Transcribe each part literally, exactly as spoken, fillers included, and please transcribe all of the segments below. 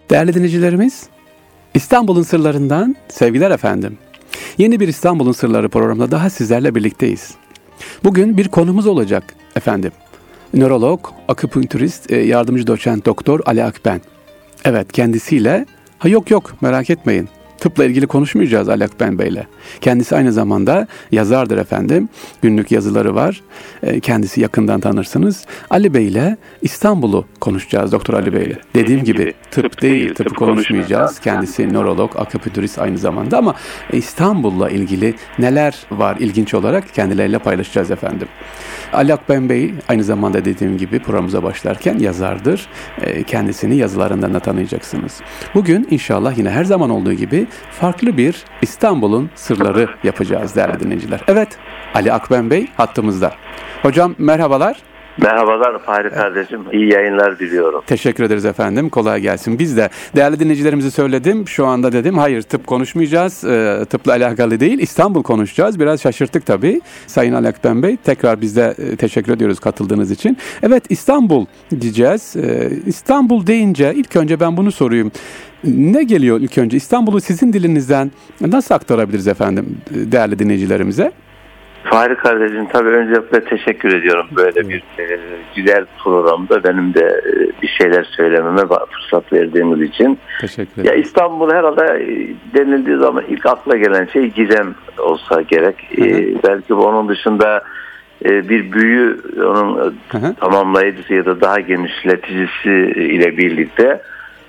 Değerli dinleyicilerimiz, İstanbul'un sırlarından sevgiler efendim. Yeni bir İstanbul'un Sırları programında daha sizlerle birlikteyiz. Bugün bir konumuz olacak efendim. Nörolog, akupunktürist, yardımcı doçent doktor Ali Akben. Evet, kendisiyle, ha yok yok merak etmeyin. Tıpla ilgili konuşmayacağız Ali Akben Bey'le. Kendisi aynı zamanda yazardır efendim. Günlük yazıları var. Kendisi yakından tanırsınız. Ali Bey'le İstanbul'u konuşacağız Doktor Ali Bey'le. Dediğim gibi tıp değil, tıpı konuşmayacağız. Kendisi nörolog, akupunktürist aynı zamanda ama İstanbul'la ilgili neler var ilginç olarak kendileriyle paylaşacağız efendim. Ali Akben Bey aynı zamanda dediğim gibi programımıza başlarken yazardır. Kendisini yazılarından da tanıyacaksınız. Bugün inşallah yine her zaman olduğu gibi farklı bir İstanbul'un sırları yapacağız değerli dinleyiciler. Evet, Ali Akben Bey hattımızda. Hocam merhabalar. Merhabalar Fahri kardeşim. İyi yayınlar diliyorum. Teşekkür ederiz efendim. Kolay gelsin. Biz de değerli dinleyicilerimizi söyledim. Şu anda dedim hayır tıp konuşmayacağız. E, tıpla alakalı değil. İstanbul konuşacağız. Biraz şaşırttık tabii. Sayın Ali Akben Bey tekrar biz de e, teşekkür ediyoruz katıldığınız için. Evet, İstanbul diyeceğiz. E, İstanbul deyince ilk önce ben bunu sorayım. Ne geliyor ilk önce? İstanbul'u sizin dilinizden nasıl aktarabiliriz efendim değerli dinleyicilerimize? Fahri kardeşim tabii öncelikle teşekkür ediyorum böyle bir e, güzel programda benim de e, bir şeyler söylememe fırsat verdiğiniz için. Teşekkür ederim. Ya İstanbul herhalde e, denildiği zaman ilk akla gelen şey gizem olsa gerek. E, belki onun dışında e, bir büyü onun hı hı. tamamlayıcısı ya da daha genişleticisi ile birlikte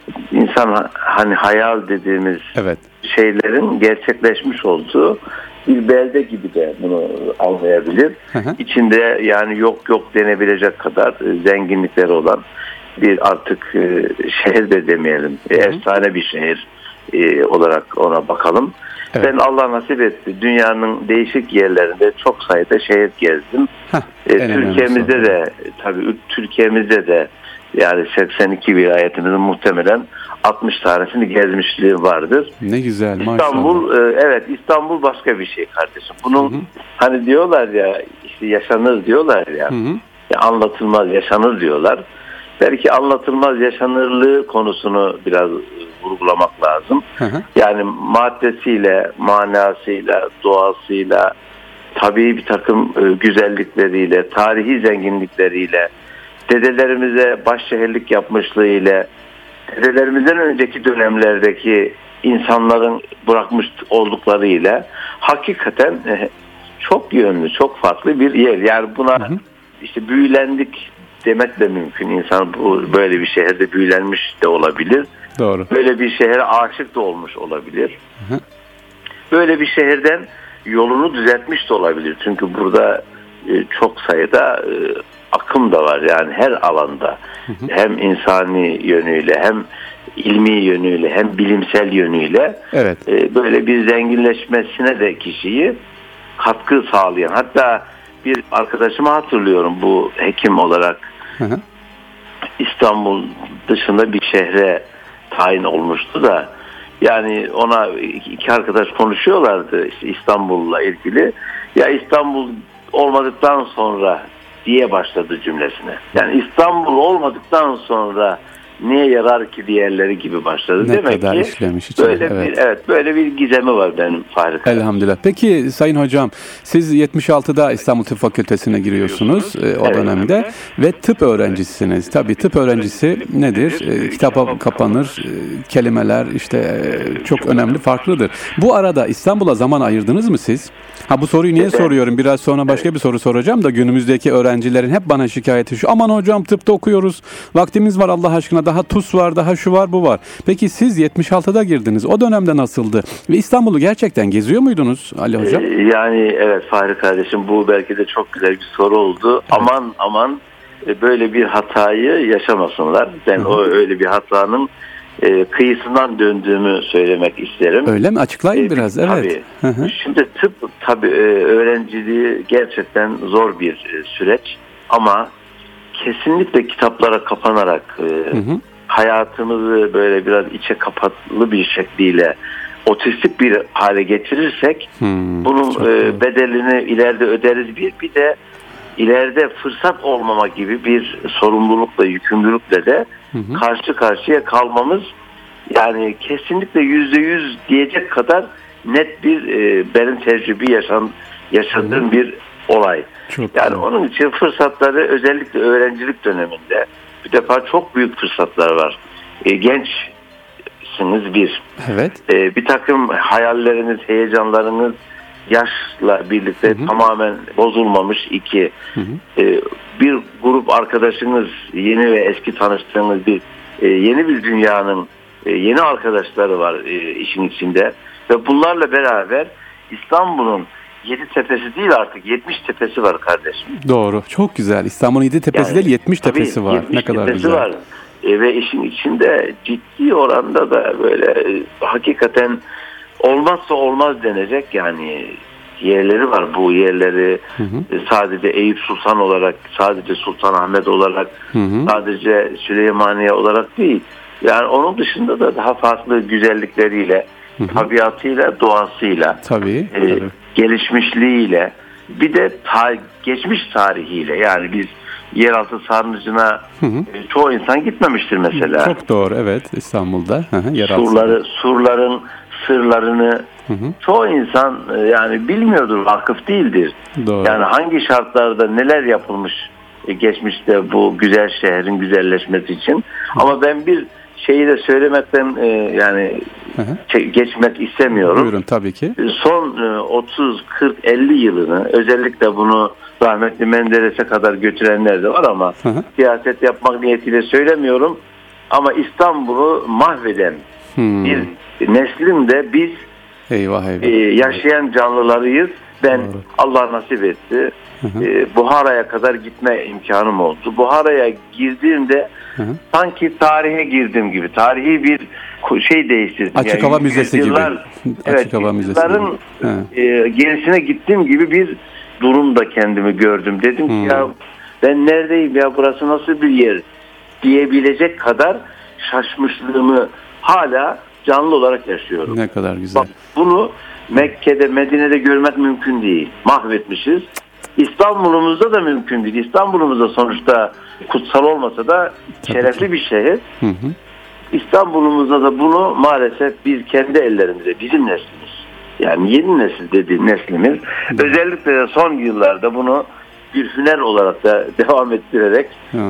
insan hani hayal dediğimiz evet. şeylerin gerçekleşmiş olduğu bir belde gibi de bunu anlayabilir. Hı hı. İçinde yani yok yok denebilecek kadar zenginlikleri olan bir artık şehir de demeyelim. Hı hı. Efsane bir şehir olarak ona bakalım. Evet. Ben Allah nasip etti. Dünyanın değişik yerlerinde çok sayıda şehir gezdim. Heh, Türkiye'mizde de tabii Türkiye'mizde de yani seksen iki vilayetimizin muhtemelen altmış tanesini gezmişliği vardır. Ne güzel maşallah. İstanbul e, evet İstanbul başka bir şey kardeşim. Bunun hı hı. hani diyorlar ya işte yaşanır diyorlar ya, hı hı. ya anlatılmaz yaşanır diyorlar. Belki anlatılmaz yaşanırlığı konusunu biraz vurgulamak lazım. Hı hı. Yani maddesiyle, manasıyla, doğasıyla, tabii bir takım e, güzellikleriyle, tarihi zenginlikleriyle, dedelerimize başşehirlik yapmışlığıyla, dedelerimizden önceki dönemlerdeki insanların bırakmış olduklarıyla hakikaten çok yönlü, çok farklı bir yer. Yani buna hı hı. işte büyülendik demek de mümkün. İnsan bu böyle bir şehirde büyülenmiş de olabilir. Doğru. Böyle bir şehre aşık da olmuş olabilir. Hı hı. Böyle bir şehirden yolunu düzeltmiş de olabilir. Çünkü burada çok sayıda akım da var yani her alanda. Hı hı. Hem insani yönüyle hem ilmi yönüyle hem bilimsel yönüyle evet. e, böyle bir zenginleşmesine de kişiyi katkı sağlayan. Hatta bir arkadaşımı hatırlıyorum bu hekim olarak hı hı. İstanbul dışında bir şehre tayin olmuştu da yani ona iki arkadaş konuşuyorlardı işte İstanbul'la ilgili. Ya İstanbul olmadıktan sonra diye başladı cümlesine. Yani İstanbul olmadıktan sonra niye yarar ki diğerleri gibi başladı. Ne Demek kadar ki işlemiş içine, böyle evet. bir evet böyle bir gizemi var benim Fahri. Elhamdülillah. Peki Sayın Hocam, siz yetmiş altıda İstanbul Tıp Fakültesine giriyorsunuz e, o evet. dönemde ve tıp öğrencisisiniz. Tabii tıp öğrencisi nedir? E, kitap kapanır, e, kelimeler işte e, çok önemli, farklıdır. Bu arada İstanbul'a zaman ayırdınız mı siz? Ha bu soruyu niye evet. soruyorum? Biraz sonra başka bir soru soracağım da günümüzdeki öğrencilerin hep bana şikayeti şu. Aman hocam tıpta okuyoruz. Vaktimiz var Allah aşkına. Daha TUS var, daha şu var, bu var. Peki siz yetmiş altıda girdiniz. O dönemde nasıldı? Ve İstanbul'u gerçekten geziyor muydunuz Ali Hocam? Ee, yani evet Fahri kardeşim, bu belki de çok güzel bir soru oldu. Evet. Aman aman böyle bir hatayı yaşamasınlar. Ben Hı-hı. o öyle bir hatanın e, kıyısından döndüğümü söylemek isterim. Öyle mi? Açıklayın ee, biraz. Evet. Tabii. Şimdi tıp tabii e, öğrenciliği gerçekten zor bir e, süreç ama kesinlikle kitaplara kapanarak e, hayatımızı böyle biraz içe kapatlı bir şekliyle otistik bir hale getirirsek hmm, bunun e, bedelini ileride öderiz. Bir, bir de ileride fırsat olmama gibi bir sorumlulukla, yükümlülükle de hı hı. karşı karşıya kalmamız Yani kesinlikle yüzde yüz diyecek kadar net bir e, benim tecrübe yaşam, yaşadığım Hı-hı. bir olay. Çok yani güzel. Onun için fırsatları özellikle öğrencilik döneminde bir defa çok büyük fırsatlar var. E, gençsiniz bir. Evet. E, bir takım hayalleriniz, heyecanlarınız yaşla birlikte Hı-hı. tamamen bozulmamış iki. E, bir grup arkadaşınız, yeni ve eski tanıştığınız bir e, yeni bir dünyanın e, yeni arkadaşları var e, işin içinde ve bunlarla beraber İstanbul'un yedi tepesi değil artık yetmiş tepesi var kardeşim. Doğru. Çok güzel. İstanbul'un yedi tepesi yani, değil yetmiş tepesi var. Ne kadar güzel. Var. E, ve işin içinde ciddi oranda da böyle e, hakikaten olmazsa olmaz denecek yani yerleri var. Bu yerleri hı hı. E, sadece Eyüp Sultan olarak, sadece Sultanahmet olarak, hı hı. sadece Süleymaniye olarak değil. Yani onun dışında da daha farklı güzellikleriyle, hı hı. tabiatıyla, doğasıyla, tabii, e, tabii. gelişmişliğiyle, bir de ta- geçmiş tarihiyle. Yani biz yeraltı sarnıcına hı hı. E, çoğu insan gitmemiştir mesela. Çok doğru, evet, İstanbul'da. Hı hı, Surları, surların sırlarını hı hı. çoğu insan yani bilmiyordur, vakıf değildir. Doğru. Yani hangi şartlarda neler yapılmış geçmişte bu güzel şehrin güzelleşmesi için. Hı. Ama ben bir şeyi de söylemekten yani hı hı. geçmek istemiyorum. Buyurun, tabii ki. Son otuz kırk elli yılını, özellikle bunu rahmetli Menderes'e kadar götürenler de var ama hı hı. siyaset yapmak niyetiyle söylemiyorum. Ama İstanbul'u mahveden hmm. bir neslin de biz eyvah, eyvah. E, yaşayan canlılarıyız. Ben Doğru. Allah nasip etti. Hı hı. E, Buhara'ya kadar gitme imkanım oldu. Buhara'ya girdiğimde hı hı. sanki tarihe girdim gibi. Tarihi bir şey değiştirdim. Açık yani hava müzesi yıllar, gibi. Evet, Açık hava müzesi gibi. E, gerisine gittiğim gibi bir durumda kendimi gördüm. Dedim ki ya ben neredeyim ya, burası nasıl bir yer diyebilecek kadar şaşmışlığımı hala canlı olarak yaşıyorum. Ne kadar güzel. Bak, bunu Mekke'de, Medine'de görmek mümkün değil. Mahvetmişiz. İstanbul'umuzda da mümkün değil. İstanbul'umuzda sonuçta kutsal olmasa da şerefli bir şehir. Hı hı. İstanbul'umuzda da bunu maalesef biz kendi ellerimize, bizim neslimiz, yani yeni nesil dediğim neslimiz, hı. özellikle de son yıllarda bunu bir hüner olarak da devam ettirerek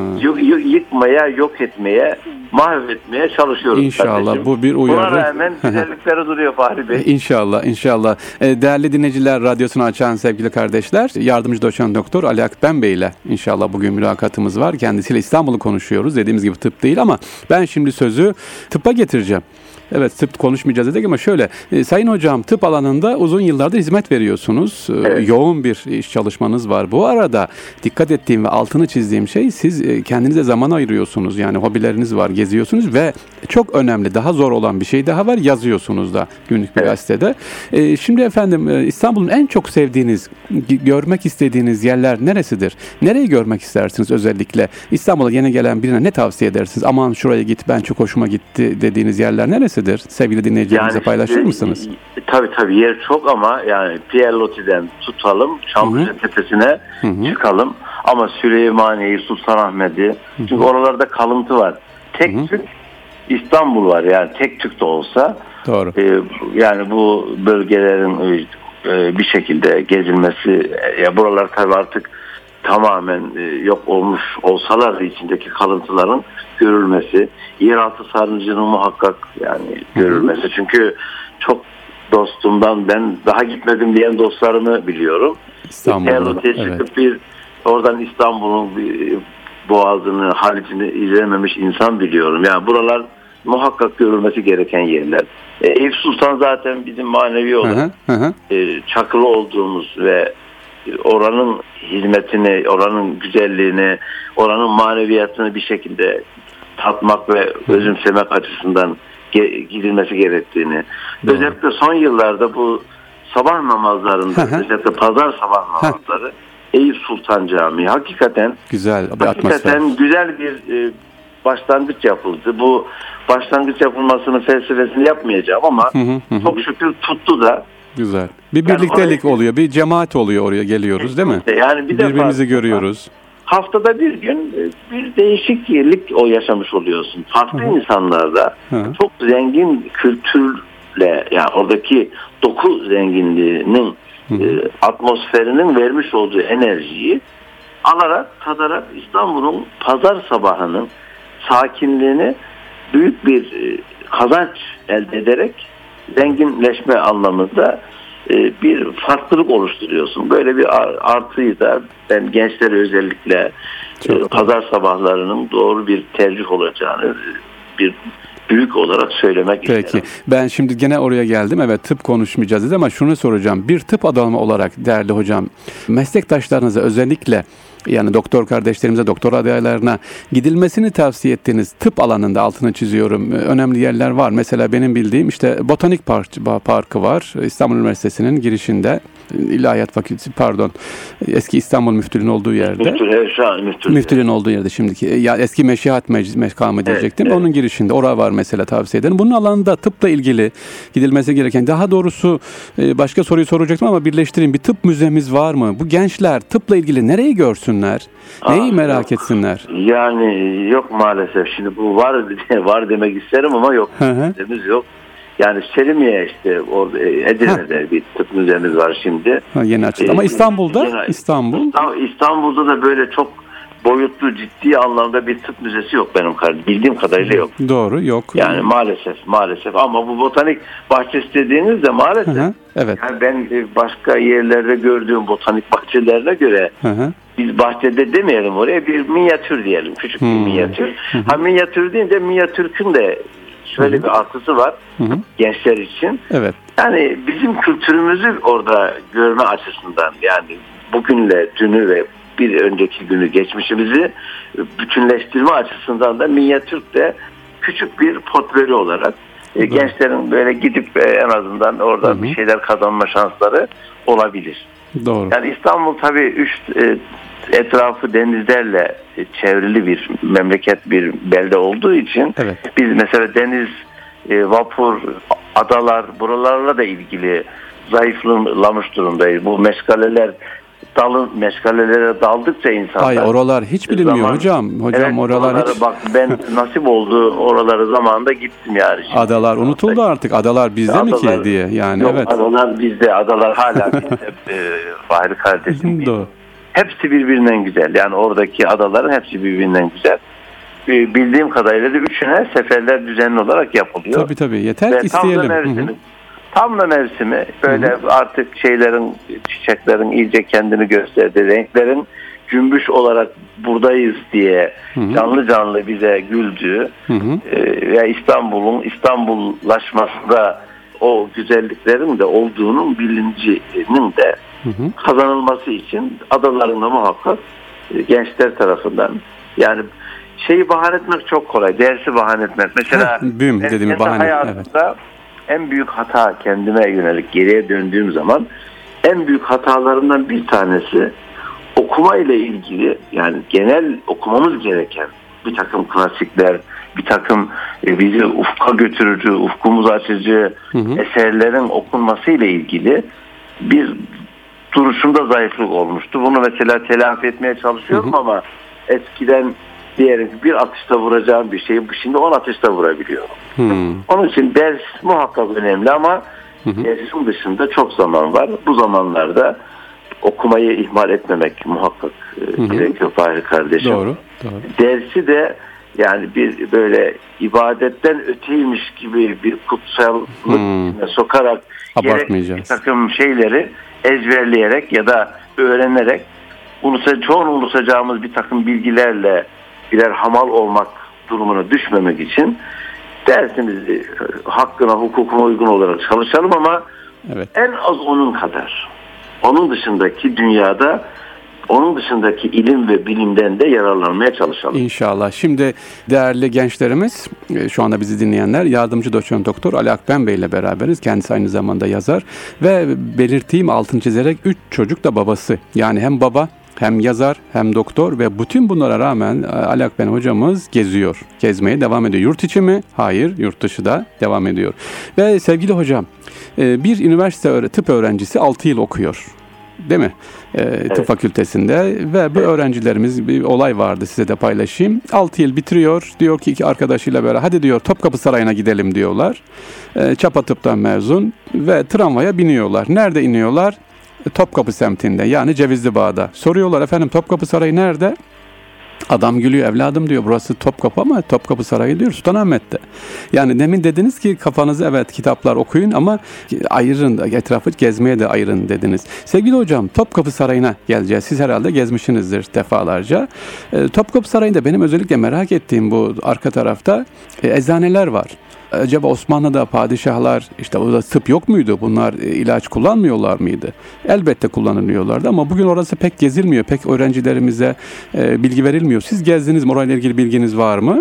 y- yıkmaya, yok etmeye, mahvetmeye çalışıyoruz. İnşallah kardeşim. Bu bir uyarı. Buna rağmen güzellikleri duruyor Fahri Bey. İnşallah, inşallah. Değerli dinleyiciler, radyosunu açan sevgili kardeşler, yardımcı doçent doktor Ali Akben Bey ile inşallah bugün mülakatımız var. Kendisiyle İstanbul'u konuşuyoruz. Dediğimiz gibi tıp değil ama ben şimdi sözü tıbba getireceğim. Evet, tıp konuşmayacağız dedik ama şöyle, e, Sayın Hocam, tıp alanında uzun yıllardır hizmet veriyorsunuz. E, evet. Yoğun bir iş çalışmanız var. Bu arada dikkat ettiğim ve altını çizdiğim şey, siz e, kendinize zaman ayırıyorsunuz. Yani hobileriniz var, geziyorsunuz ve çok önemli, daha zor olan bir şey daha var, yazıyorsunuz da günlük bir evet. gazetede. E, şimdi efendim, e, İstanbul'un en çok sevdiğiniz, g- görmek istediğiniz yerler neresidir? Nereyi görmek istersiniz özellikle? İstanbul'a yeni gelen birine ne tavsiye edersiniz? Aman şuraya git, ben çok hoşuma gitti dediğiniz yerler neresi? Sevgili dinleyicilerimize yani paylaşır mısınız? Tabii tabii, yer çok ama yani Pierre Loti'den tutalım, Çamlıca Tepesi'ne Hı-hı. çıkalım. Ama Süleymaniye'yi, Sultanahmet'i, çünkü oralarda kalıntı var. Tek Hı-hı. tük İstanbul var, yani tek tük de olsa. Doğru. E, yani bu bölgelerin e, bir şekilde gezilmesi, e, ya buralar tabii artık tamamen e, yok olmuş olsalar da içindeki kalıntıların görülmesi, yeraltı sarnıcının muhakkak yani görülmesi. Hı-hı. Çünkü çok dostumdan, ben daha gitmedim diyen dostlarımı biliyorum. İstanbul'da evet. çıkıp bir oradan İstanbul'un bir boğazını, Haliç'ini izlememiş insan biliyorum. Yani buralar muhakkak görülmesi gereken yerler. E, Eyüp Sultan zaten bizim manevi olarak hı hı. E, çakılı olduğumuz ve oranın hizmetini, oranın güzelliğini, oranın maneviyatını bir şekilde tatmak ve özümsemek açısından ge- gidilmesi gerektiğini. Doğru. Özellikle son yıllarda bu sabah namazlarında, özellikle pazar sabah namazları, Eyüp Sultan Camii hakikaten güzel bir hakikaten atmosfer. güzel bir e, başlangıç yapıldı. Bu başlangıç yapılmasının felsefesini yapmayacağım ama hı hı hı. çok şükür tuttu da. Güzel. Bir birliktelik yani oraya, oluyor, bir cemaat oluyor, oraya geliyoruz değil mi? Yani bir birbirimizi defa, görüyoruz. haftada bir gün bir değişiklik o yaşamış oluyorsun. Farklı Hı-hı. insanlarda Hı-hı. çok zengin kültürle, yani oradaki doku zenginliğinin e, atmosferinin vermiş olduğu enerjiyi alarak, tadarak İstanbul'un pazar sabahının sakinliğini büyük bir e, kazanç elde ederek zenginleşme anlamında e, bir farklılık oluşturuyorsun. Böyle bir artıyı da ben gençlere özellikle e, pazar sabahlarının doğru bir tercih olacağını bir büyük olarak söylemek Peki. isterim. Peki. Ben şimdi gene oraya geldim. Evet, tıp konuşmayacağız dedi ama şunu soracağım. Bir tıp adamı olarak değerli hocam, meslektaşlarınıza özellikle, yani doktor kardeşlerimize, doktor adaylarına gidilmesini tavsiye ettiğiniz tıp alanında, altını çiziyorum, önemli yerler var. Mesela benim bildiğim işte Botanik Parkı var. İstanbul Üniversitesi'nin girişinde. İlahiyat Fakültesi, pardon. Eski İstanbul Müftülüğü'nün olduğu yerde. Müftülüğü, şu an müftülüğü. Müftülüğün olduğu yerde şimdiki. Ya eski meşihat meclis mekamı diyecektim. Evet, evet. Onun girişinde. Orada var mesela, tavsiye ederim. Bunun alanında tıpla ilgili gidilmesi gereken, daha doğrusu başka soruyu soracaktım ama birleştireyim. Bir tıp müzemiz var mı? Bu gençler tıpla ilgili nereyi görsünler? Neyi Aa, merak yok. etsinler? Yani yok maalesef. Şimdi bu var var demek isterim ama yok. Müzemiz yok. Yani Selimiye işte orada Edirne'de ha. bir tıp müzemiz var şimdi. Ha, yeni açıldı. Ama İstanbul'da yeni, İstanbul. İstanbul'da da böyle çok boyutlu, ciddi anlamda bir tıp müzesi yok benim bildiğim kadarıyla yok. Doğru, yok. Yani maalesef maalesef ama bu botanik bahçesi dediğinizde maalesef. Hı hı, evet. Yani ben başka yerlerde gördüğüm botanik bahçelerine göre hı hı. biz bahçede demeyelim, oraya bir minyatür diyelim. Küçük hmm. bir minyatür. Hı hı. Ha minyatür deyince minyatürkün de şöyle Hı-hı. bir artısı var Hı-hı. gençler için. Evet. Yani bizim kültürümüzü orada görme açısından, yani bugünle dünü ve bir önceki günü, geçmişimizi bütünleştirme açısından da minyatürk de küçük bir potpöri olarak e, gençlerin böyle gidip e, en azından orada Hı-hı. bir şeyler kazanma şansları olabilir. Doğru. Yani İstanbul tabii üç e, etrafı denizlerle çevrili bir memleket, bir belde olduğu için evet. biz mesela deniz, e, vapur, adalar, buralarla da ilgili zayıflamış durumdayız. Bu meşgaleler dalın meşgalelere daldıkça insanlar. Ay oralar hiç bilinmiyor zaman, hocam. Hocam evet, oralar oraları, hiç. Bak ben nasip oldu oraları zamanında gittim yani. Şimdi. Adalar unutuldu artık. Adalar bizde adalar, mi ki diye. Yani yok, evet. Adalar bizde. Adalar hala bizde. e, Fahri kardeşim. Doğru. Hepsi birbirinden güzel. Yani oradaki adaların hepsi birbirinden güzel. Bildiğim kadarıyla da üçüne seferler düzenli olarak yapılıyor. Tabii tabii. Yeter Ve ki isteyelim. Tam da mevsimi, tam da mevsimi böyle Hı-hı. artık şeylerin, çiçeklerin iyice kendini gösterdiği, renklerin cümbüş olarak buradayız diye Hı-hı. canlı canlı bize güldüğü e, ve İstanbul'un İstanbullaşmasında o güzelliklerin de olduğunun bilincinin de Hı hı. kazanılması için adalarında muhakkak e, gençler tarafından, yani şeyi bahane etmek çok kolay, dersi bahane etmek. Mesela Büm, ben kendi bahane, hayatımda evet. en büyük hata, kendime yönelik geriye döndüğüm zaman en büyük hatalarından bir tanesi okuma ile ilgili, yani genel okumamız gereken bir takım klasikler, bir takım e, bizi ufka götürücü, ufkumuzu açıcı hı hı. eserlerin okunması ile ilgili bir duruşumda zayıflık olmuştu. Bunu mesela telafi etmeye çalışıyorum hı hı. ama eskiden diyelim bir atışta vuracağım bir şeyi şimdi on atışta vurabiliyorum. Hı. Onun için ders muhakkak önemli ama hı hı. dersin dışında çok zaman var. Bu zamanlarda okumayı ihmal etmemek muhakkak hı hı. gerekiyor Fahri kardeşim. Doğru, doğru. Dersi de yani bir böyle ibadetten öteymiş gibi bir kutsallık hmm. sokarak gerek bir takım şeyleri ezberleyerek ya da öğrenerek unusa, çoğunu unutacağımız bir takım bilgilerle birer hamal olmak durumuna düşmemek için dersimizi hakkına, hukukuna uygun olarak çalışalım ama evet. en az onun kadar. Onun dışındaki dünyada, onun dışındaki ilim ve bilimden de yararlanmaya çalışalım. İnşallah. Şimdi değerli gençlerimiz, şu anda bizi dinleyenler, yardımcı doçent doktor Ali Akben Bey ile beraberiz. Kendisi aynı zamanda yazar ve belirttiğim, altını çizerek üç çocuk da babası. Yani hem baba, hem yazar, hem doktor ve bütün bunlara rağmen Ali Akben hocamız geziyor. Gezmeye devam ediyor. Yurt içi mi? Hayır. Yurt dışı da devam ediyor. Ve sevgili hocam, bir üniversite tıp öğrencisi altı yıl okuyor. değil mi? E, Evet. Tıp fakültesinde ve bu öğrencilerimiz bir olay vardı, size de paylaşayım. altı yıl bitiriyor. Diyor ki iki arkadaşıyla beraber hadi diyor Topkapı Sarayı'na gidelim diyorlar. E, Çapa Tıp'tan mezun ve tramvaya biniyorlar. Nerede iniyorlar? E, Topkapı semtinde, yani Cevizli Bağ'da. Soruyorlar, efendim Topkapı Sarayı nerede? Adam gülüyor, evladım diyor, burası Topkapı ama Topkapı Sarayı diyor Sultanahmet'te. Yani demin dediniz ki kafanızı evet kitaplar okuyun ama ayırın, etrafı gezmeye de ayırın dediniz. Sevgili hocam, Topkapı Sarayı'na geleceğiz. Siz herhalde gezmişsinizdir defalarca. E, Topkapı Sarayı'nda benim özellikle merak ettiğim bu arka tarafta e, eczaneler var. Acaba Osmanlı'da padişahlar işte orada tıp yok muydu? Bunlar e, ilaç kullanmıyorlar mıydı? Elbette kullanılıyorlardı ama bugün orası pek gezilmiyor. Pek öğrencilerimize e, bilgi verilmiyor. Siz gezdiniz mi? Orayla ilgili bilginiz var mı?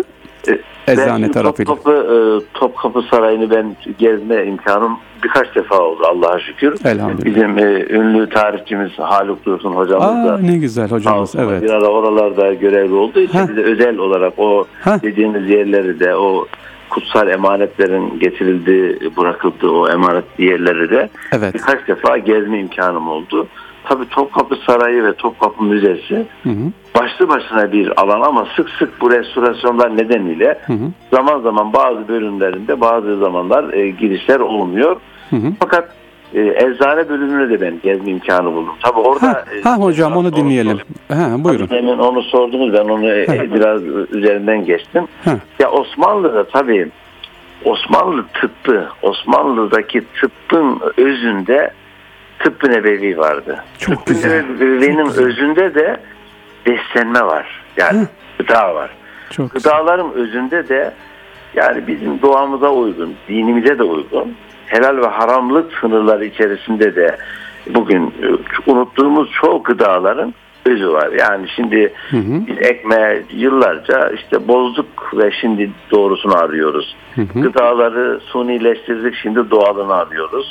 Eczane tarafıyla. Topkapı, Topkapı Sarayı'nı ben gezme imkanım birkaç defa oldu Allah'a şükür. Elhamdülillah. Bizim e, ünlü tarihçimiz Haluk Dursun hocamız Aa, da. ne güzel hocamız, evet. Bir ara oralarda görevli olduğu için Heh. bize özel olarak o Heh. dediğiniz yerleri de, o kutsal emanetlerin getirildiği, bırakıldığı o emanet yerleri de Evet. birkaç defa gezme imkanım oldu. Tabii Topkapı Sarayı ve Topkapı Müzesi Hı hı. başlı başına bir alan ama sık sık bu restorasyonlar nedeniyle Hı hı. zaman zaman bazı bölümlerinde bazı zamanlar e, girişler olmuyor. Hı hı. Fakat e, eczane bölümüne de ben gezme imkanı buldum. Tabii orada Ha, ha hocam onu dinleyelim. Ha, buyurun. Hemen onu sordunuz, ben onu e, biraz üzerinden geçtim. Ha. Ya Osmanlı'da tabii Osmanlı tıbbı, Osmanlı'daki tıbbın özünde tıbb-ı nebevi vardı. Çok Tıbb-ı güzel. nebevinin Çok güzel. özünde de beslenme var. Yani Hı. gıda var. Çok güzel. Gıdaların özünde de yani bizim doğamıza uygun, dinimize de uygun, helal ve haramlık sınırları içerisinde de bugün e, unuttuğumuz çoğu gıdaların özü var. Yani şimdi Hı hı. biz ekmeği yıllarca işte bozduk ve şimdi doğrusunu arıyoruz. Hı hı. Gıdaları sunileştirdik, şimdi doğalını arıyoruz.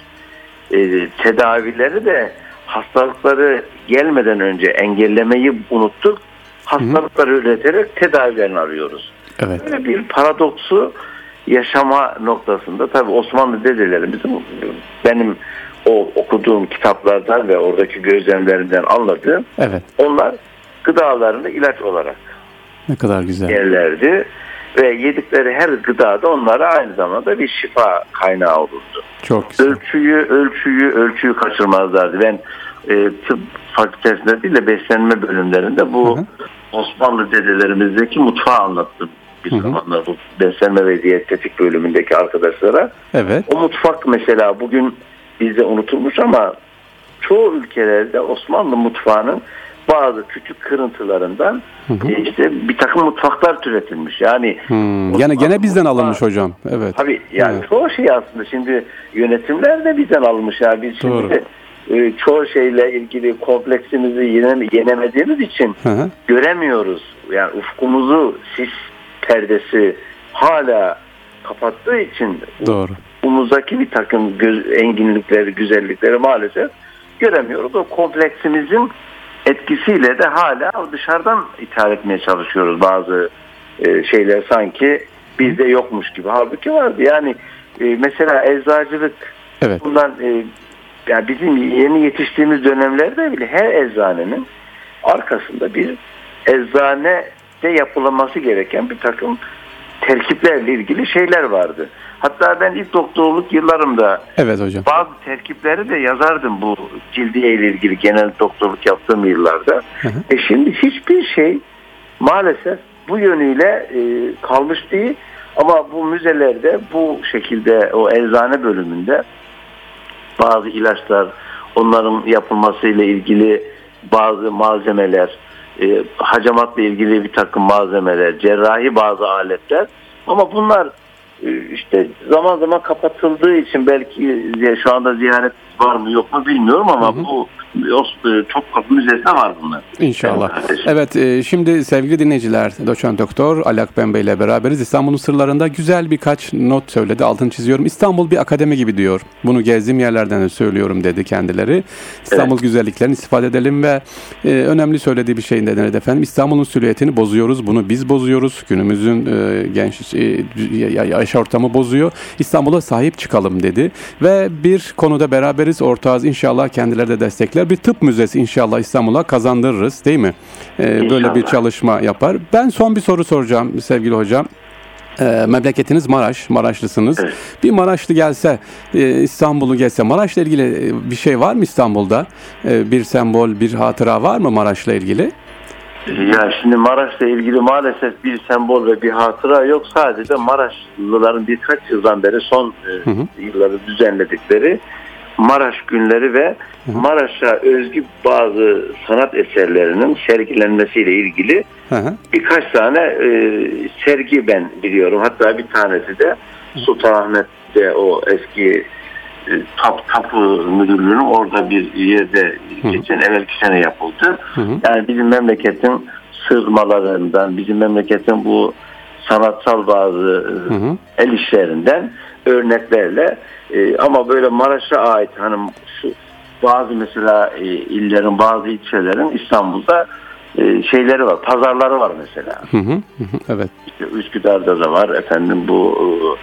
E, tedavileri de hastalıkları gelmeden önce engellemeyi unuttuk. Hastalıkları üreterek tedavilerini arıyoruz. Evet. Böyle bir paradoksu yaşama noktasında tabii Osmanlı dedelerimizin, benim o okuduğum kitaplardan ve oradaki gözlemlerinden anladığım, Evet. onlar gıdalarını ilaç olarak Ne kadar güzel. yerlerdi ve yedikleri her gıdada onlara aynı zamanda bir şifa kaynağı olurdu. Çok güzel. Ölçüyü, ölçüyü, ölçüyü kaçırmazlardı. Ben e, tıp fakültesinde değil de beslenme bölümlerinde bu Hı hı. Osmanlı dedelerimizdeki mutfağı anlattım bir Hı hı. zamanlar, bu beslenme ve diyetetik bölümündeki arkadaşlara. Evet. O mutfak mesela bugün bizde unutulmuş ama çoğu ülkelerde Osmanlı mutfağının bazı küçük kırıntılarından Hı hı. e, işte bir takım mutfaklar türetilmiş. Yani Hmm. Osmanlı Yani gene bizden mutfağı- alınmış hocam. Evet. Tabii yani Evet. çoğu şey aslında şimdi yönetimler de bizden almış. Yani biz Doğru. şimdi e, çoğu şeyle ilgili kompleksimizi yene, yenemediğimiz için Hı hı. göremiyoruz. Yani ufkumuzu sis perdesi hala kapattığı için Doğru. ufkumuzdaki bir takım göz, enginlikleri, güzellikleri maalesef göremiyoruz. O kompleksimizin etkisiyle de hala dışarıdan ithal etmeye çalışıyoruz bazı e, şeyler sanki bizde yokmuş gibi. Halbuki vardı. Yani e, mesela eczacılık Evet. bundan e, yani bizim yeni yetiştiğimiz dönemlerde bile her eczanenin arkasında bir eczanede yapılması gereken bir takım terkiplerle ilgili şeyler vardı. Hatta ben ilk doktorluk yıllarımda Evet hocam. bazı terkipleri de yazardım bu cildiye ile ilgili genel doktorluk yaptığım yıllarda. Hı hı. E şimdi hiçbir şey maalesef bu yönüyle e, kalmış değil. Ama bu müzelerde bu şekilde o eczane bölümünde bazı ilaçlar, onların yapılmasıyla ilgili bazı malzemeler, e, hacamatla ilgili bir takım malzemeler, cerrahi bazı aletler, ama bunlar e, işte zaman zaman kapatıldığı için belki şu anda ziyaret var mı yok mu bilmiyorum ama hı hı. bu Topkapı Müzesi'nde var bunlar. İnşallah. Evet, e, şimdi sevgili dinleyiciler, Doçent Doktor Ali Akben Bey ile beraberiz. İstanbul'un sırlarında güzel birkaç not söyledi. Altını çiziyorum. İstanbul bir akademi gibi diyor. Bunu gezdiğim yerlerden de söylüyorum dedi kendileri. İstanbul evet. güzelliklerini istifade edelim ve e, önemli söylediği bir şey nedir efendim? İstanbul'un silüetini bozuyoruz. Bunu biz bozuyoruz. Günümüzün e, genç e, yaş ortamı bozuyor. İstanbul'a sahip çıkalım dedi. Ve bir konuda beraberiz, ortağız. İnşallah kendileri de destekler. destekler. Bir tıp müzesi inşallah İstanbul'a kazandırırız, değil mi? Ee, böyle bir çalışma yapar. Ben son bir soru soracağım sevgili hocam. E, memleketiniz Maraş, Maraşlısınız. Evet. Bir Maraşlı gelse, e, İstanbul'u gelse, Maraş'la ilgili bir şey var mı İstanbul'da? E, bir sembol, bir hatıra var mı Maraş'la ilgili? Ya şimdi Maraş'la ilgili maalesef bir sembol ve bir hatıra yok. Sadece Maraşlıların birkaç yıldan beri son e, hı hı. yılları düzenledikleri Maraş günleri ve Maraş'a özgü bazı sanat eserlerinin sergilenmesiyle ilgili hı hı. birkaç tane e, sergi ben biliyorum. Hatta bir tanesi de Sultanahmet'te o eski e, tap, tapu müdürlüğünün orada bir yerde hı hı. geçen evvelki sene yapıldı. Hı hı. Yani bizim memleketin sığmalarından, bizim memleketin bu sanatsal bazı hı hı. el işlerinden örneklerle e, ama böyle Maraş'a ait hani şu bazı mesela e, illerin bazı ilçelerin İstanbul'da e, şeyleri var, pazarları var mesela. Hı hı, hı, evet. İşte Üsküdar'da da var efendim, bu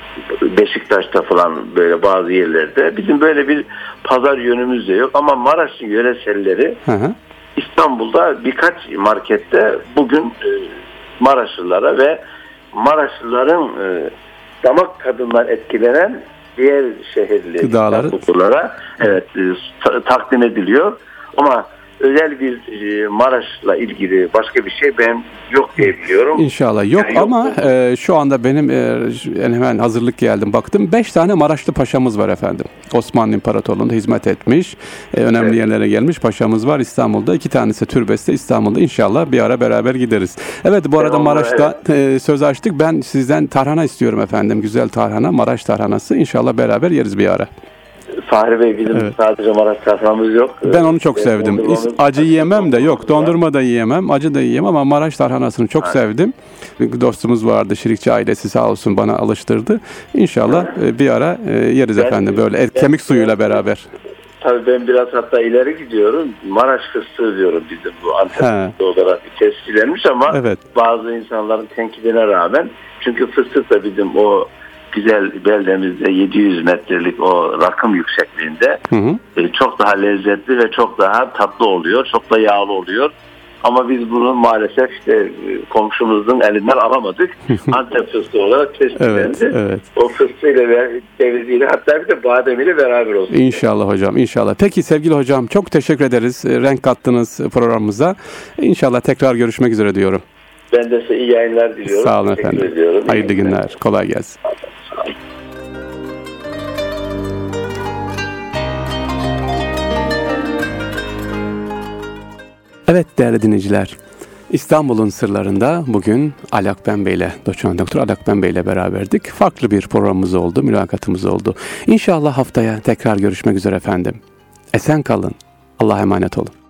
e, Beşiktaş'ta falan böyle bazı yerlerde. Bizim böyle bir pazar yönümüz de yok ama Maraş'ın yöreselleri hı hı. İstanbul'da birkaç markette bugün e, Maraşlılara ve Maraşlıların e, damak tadından etkilenen diğer şehirli gıdalara evet e, takdim ediliyor. Ama özel bir e, Maraş'la ilgili başka bir şey ben yok diye biliyorum. İnşallah yok, yani ama yok. E, şu anda benim e, yani hemen hazırlık geldim baktım. Beş tane Maraşlı paşamız var efendim. Osmanlı İmparatorluğu'nda hizmet etmiş. E, önemli evet. yerlere gelmiş paşamız var İstanbul'da. İki tanesi türbesi de İstanbul'da. İnşallah bir ara beraber gideriz. Evet, bu arada Maraş'ta evet. e, söz açtık. Ben sizden tarhana istiyorum efendim. Güzel tarhana, Maraş tarhanası. İnşallah beraber yeriz bir ara. Fahri Bey, bizim evet. sadece Maraş tarhanamız yok. Ben onu çok sevdim. Acı yiyemem de yok. Dondurma da yiyemem. Acı da yiyemem ama Maraş tarhanasını çok evet. sevdim. Bir dostumuz vardı. Şirikçi ailesi sağ olsun bana alıştırdı. İnşallah evet. bir ara yeriz ben, efendim. Böyle et, kemik suyuyla beraber. Tabii ben biraz hatta ileri gidiyorum. Maraş fıstığı diyorum bizim bu Antep olarak tescillenmiş ama evet. bazı insanların tenkidine rağmen, çünkü fıstık da bizim o güzel beldemizde yedi yüz metrelik o rakım yüksekliğinde hı hı. E, çok daha lezzetli ve çok daha tatlı oluyor. Çok da yağlı oluyor. Ama biz bunu maalesef işte komşumuzun elinden alamadık. Antep fıstığı olarak tescillendi. Evet, evet. O fıstığıyla ve ceviziyle, hatta bir de bademiyle beraber olsun. İnşallah hocam, inşallah. Peki sevgili hocam, çok teşekkür ederiz. Renk kattınız programımıza. İnşallah tekrar görüşmek üzere diyorum. Ben de size iyi yayınlar diliyorum. Sağ olun efendim. Ediyorum. Hayırlı günler. günler. Kolay gelsin. Evet değerli dinleyiciler, İstanbul'un sırlarında bugün Ali Akben Bey ile, Doçent Doktor Ali Akben Bey ile beraberdik. Farklı bir programımız oldu, mülakatımız oldu. İnşallah haftaya tekrar görüşmek üzere efendim. Esen kalın, Allah'a emanet olun.